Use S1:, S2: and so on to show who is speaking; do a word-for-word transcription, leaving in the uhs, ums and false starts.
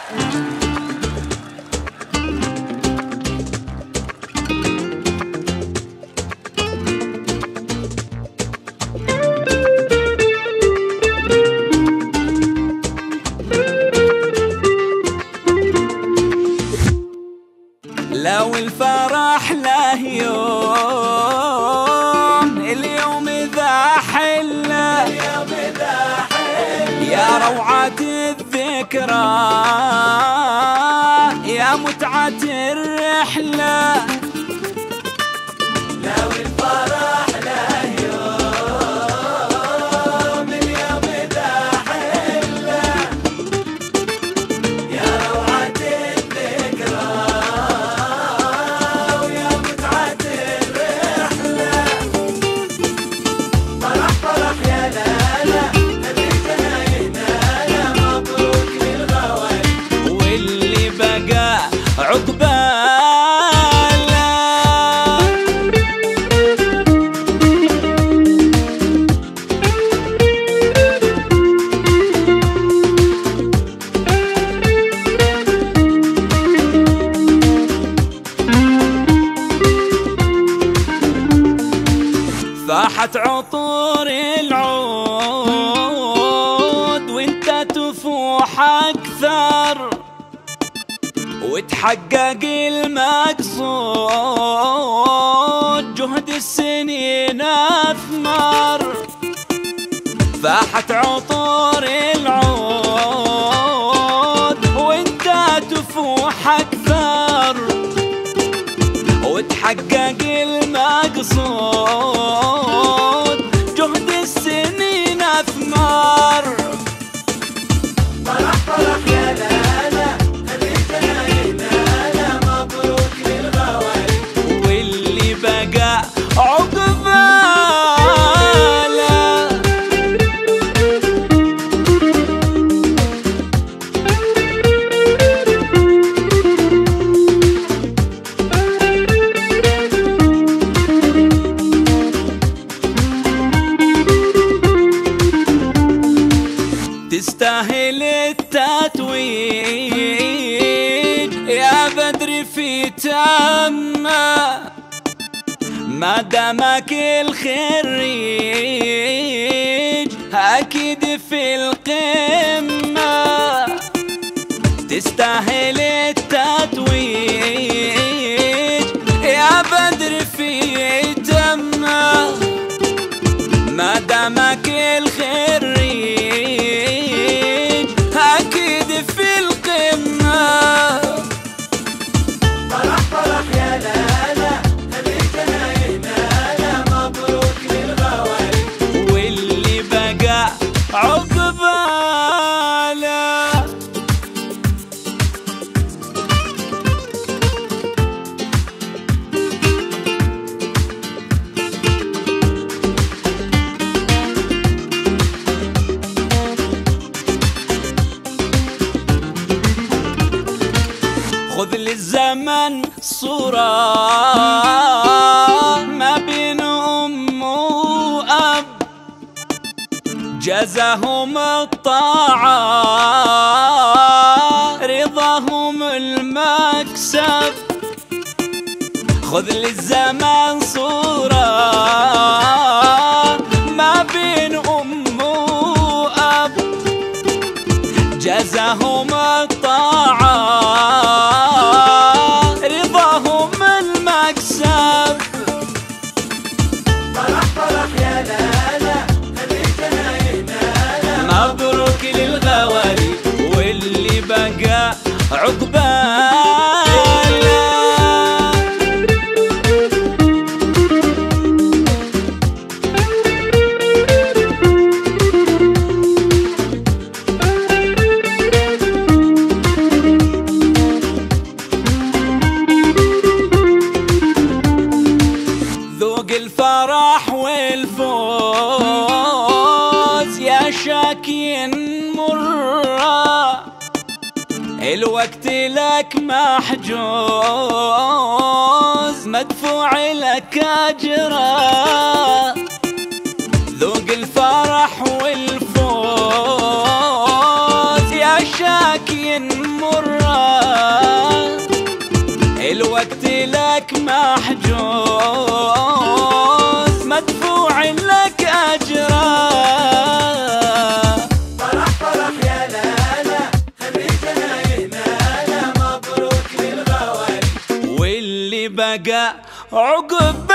S1: لو الفرح له يوم اليوم ذا حله يا روعة الذكرى يا متعة الرحلة.
S2: لو الفرح له يوم اليوم ذا حله يا روعة الذكرى ويا متعة الرحلة. فرح فرح يا لالا نبيتنا يهنانا مبروك للغوالي
S1: واللي بقى عقباله. فاحت عطور العود وانت تفوح اكثر وتحقق المقصود جهد السنين اثمر. فاحت عطور العود وانت تفوح اكثر وتحقق المقصود جهد السنين اثمر.
S2: فرح فرح يا لالا نبيتنا يهنانا مبروك للغوالي
S1: واللي بقى عقباله. تستاهل التتويج يا بدر في تمه ما دامك الخريج اكيد في القمه. تستاهل التتويج يا بدر في تمه ما دامك الخريج أكيد في القمة.
S2: فرح فرح يا لالا نبيتنا يهنانا مبروك للغوالي
S1: واللي بقى عقباله. خذ للزمن صورة ما بين أم وأب جزاهم الطاعة رضاهم المكسب. خذ للزمن صورة ما بين أم وأب جزاهم الطاعة رضاهم المكسب.
S2: فرح فرح يا لالا نبيتنا يهنانا
S1: مبروك للغوالي واللي بقى عقباله. الفرح والفوز يا شاكين مرة الوقت لك محجوز مدفوع لك أجره. ذوق الفرح والفوز يا شاكين شاكي مرة، الوقت لك محجوز مدفوع لك أجره.
S2: فرح فرح يا لالا خريجنا يهنانا، مبروك للغوالي
S1: واللي بقى عقب